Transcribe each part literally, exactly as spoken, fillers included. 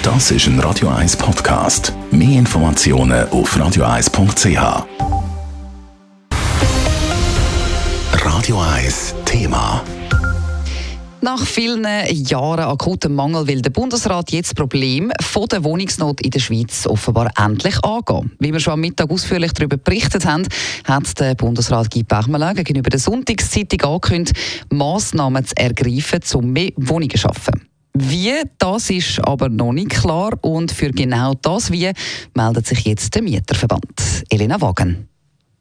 Das ist ein Radio eins Podcast. Mehr Informationen auf radio eins punkt c h. Radio eins Thema. Nach vielen Jahren akutem Mangel will der Bundesrat jetzt das Problem von der Wohnungsnot in der Schweiz offenbar endlich angehen. Wie wir schon am Mittag ausführlich darüber berichtet haben, hat der Bundesrat Guy Parmelin gegenüber der Sonntagszeitung angekündigt, Massnahmen zu ergreifen, um mehr Wohnungen zu schaffen. Wie, das ist aber noch nicht klar, und für genau das Wie meldet sich jetzt der Mieterverband. Elena Wagen.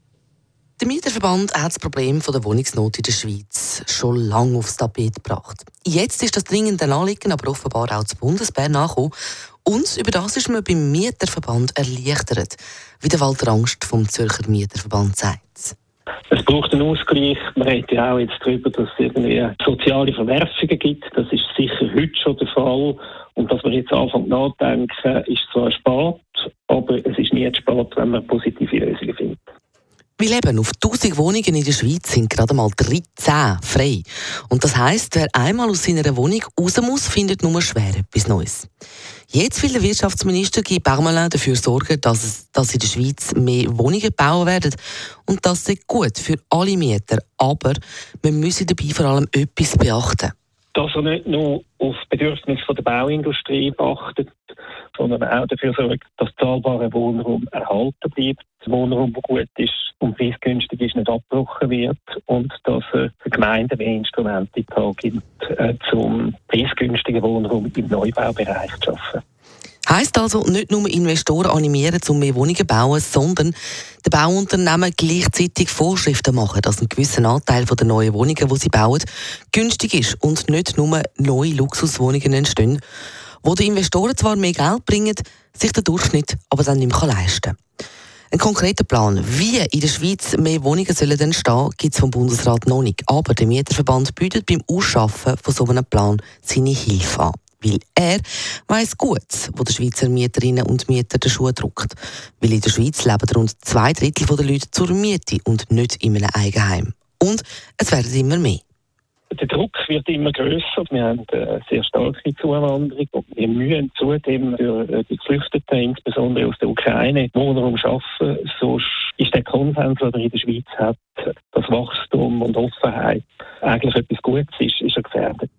Der Mieterverband hat das Problem der Wohnungsnot in der Schweiz schon lange aufs Tapet gebracht. Jetzt ist das dringend ein Anliegen, aber offenbar auch zu Bundesbern nachgekommen. Und über das ist man beim Mieterverband erleichtert, wie der Walter Angst vom Zürcher Mieterverband sagt. Es braucht einen Ausgleich. Man redet ja auch jetzt darüber, dass es irgendwie soziale Verwerfungen gibt. Das ist sicher heute schon der Fall. Und dass wir jetzt anfangen nachdenken, ist zwar spät, aber es ist nie zu spät, wenn man positive Lösungen findet. Weil eben auf tausend Wohnungen in der Schweiz sind gerade mal dreizehn frei. Und das heisst, wer einmal aus seiner Wohnung raus muss, findet nur schwer etwas Neues. Jetzt will der Wirtschaftsminister Guy Parmelin dafür sorgen, dass, es, dass in der Schweiz mehr Wohnungen gebaut werden. Und das ist gut für alle Mieter. Aber wir müssen dabei vor allem etwas beachten. Dass er nicht nur auf die Bedürfnisse der Bauindustrie achtet, sondern auch dafür sorgt, dass zahlbarer Wohnraum erhalten bleibt, Wohnraum, der gut ist und preisgünstig ist, nicht abgebrochen wird, und dass er den Gemeinden mehr Instrumente in die Hand gibt, äh, um preisgünstigen Wohnraum im Neubaubereich zu schaffen. Heisst also, nicht nur Investoren animieren, um mehr Wohnungen zu bauen, sondern den Bauunternehmen gleichzeitig Vorschriften machen, dass ein gewisser Anteil der neuen Wohnungen, die sie bauen, günstig ist und nicht nur neue Luxuswohnungen entstehen, wo den Investoren zwar mehr Geld bringen, sich der Durchschnitt aber dann nicht mehr leisten kann. Ein konkreter Plan, wie in der Schweiz mehr Wohnungen sollen entstehen, gibt es vom Bundesrat noch nicht. Aber der Mieterverband bietet beim Ausschaffen von so einem Plan seine Hilfe an. Weil er weiss gut, wo der Schweizer Mieterinnen und Mieter den Schuh drückt. Weil in der Schweiz leben rund zwei Drittel der Leute zur Miete und nicht in einem Eigenheim. Und es werden immer mehr. Der Druck wird immer grösser. Wir haben eine sehr starke Zuwanderung. Wir müssen zudem für die Geflüchteten, insbesondere aus der Ukraine, Wohnraum schaffen. Sonst ist der Konsens, den er in der Schweiz hat, dass Wachstum und Offenheit eigentlich etwas Gutes ist, ist er gefährdet.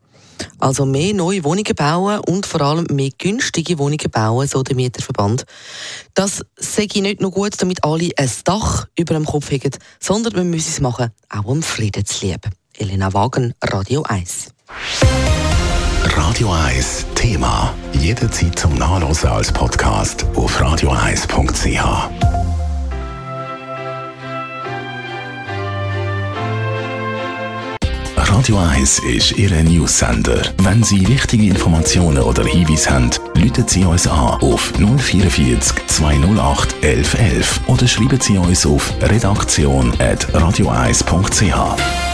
Also mehr neue Wohnungen bauen und vor allem mehr günstige Wohnungen bauen, so der Mieterverband. Das sage ich nicht nur gut, damit alle ein Dach über dem Kopf haben, sondern wir müssen es machen, auch um Frieden zu lieben. Elena Wagen, Radio eins. Radio eins Thema. Jederzeit zum Nachlesen als Podcast auf radio eins punkt c h. Radio eins ist Ihr News-Sender. Wenn Sie wichtige Informationen oder Hinweise haben, rufen Sie uns an auf null vierundvierzig zweihundertacht elf elf oder schreiben Sie uns auf redaktion at radio eins punkt c h.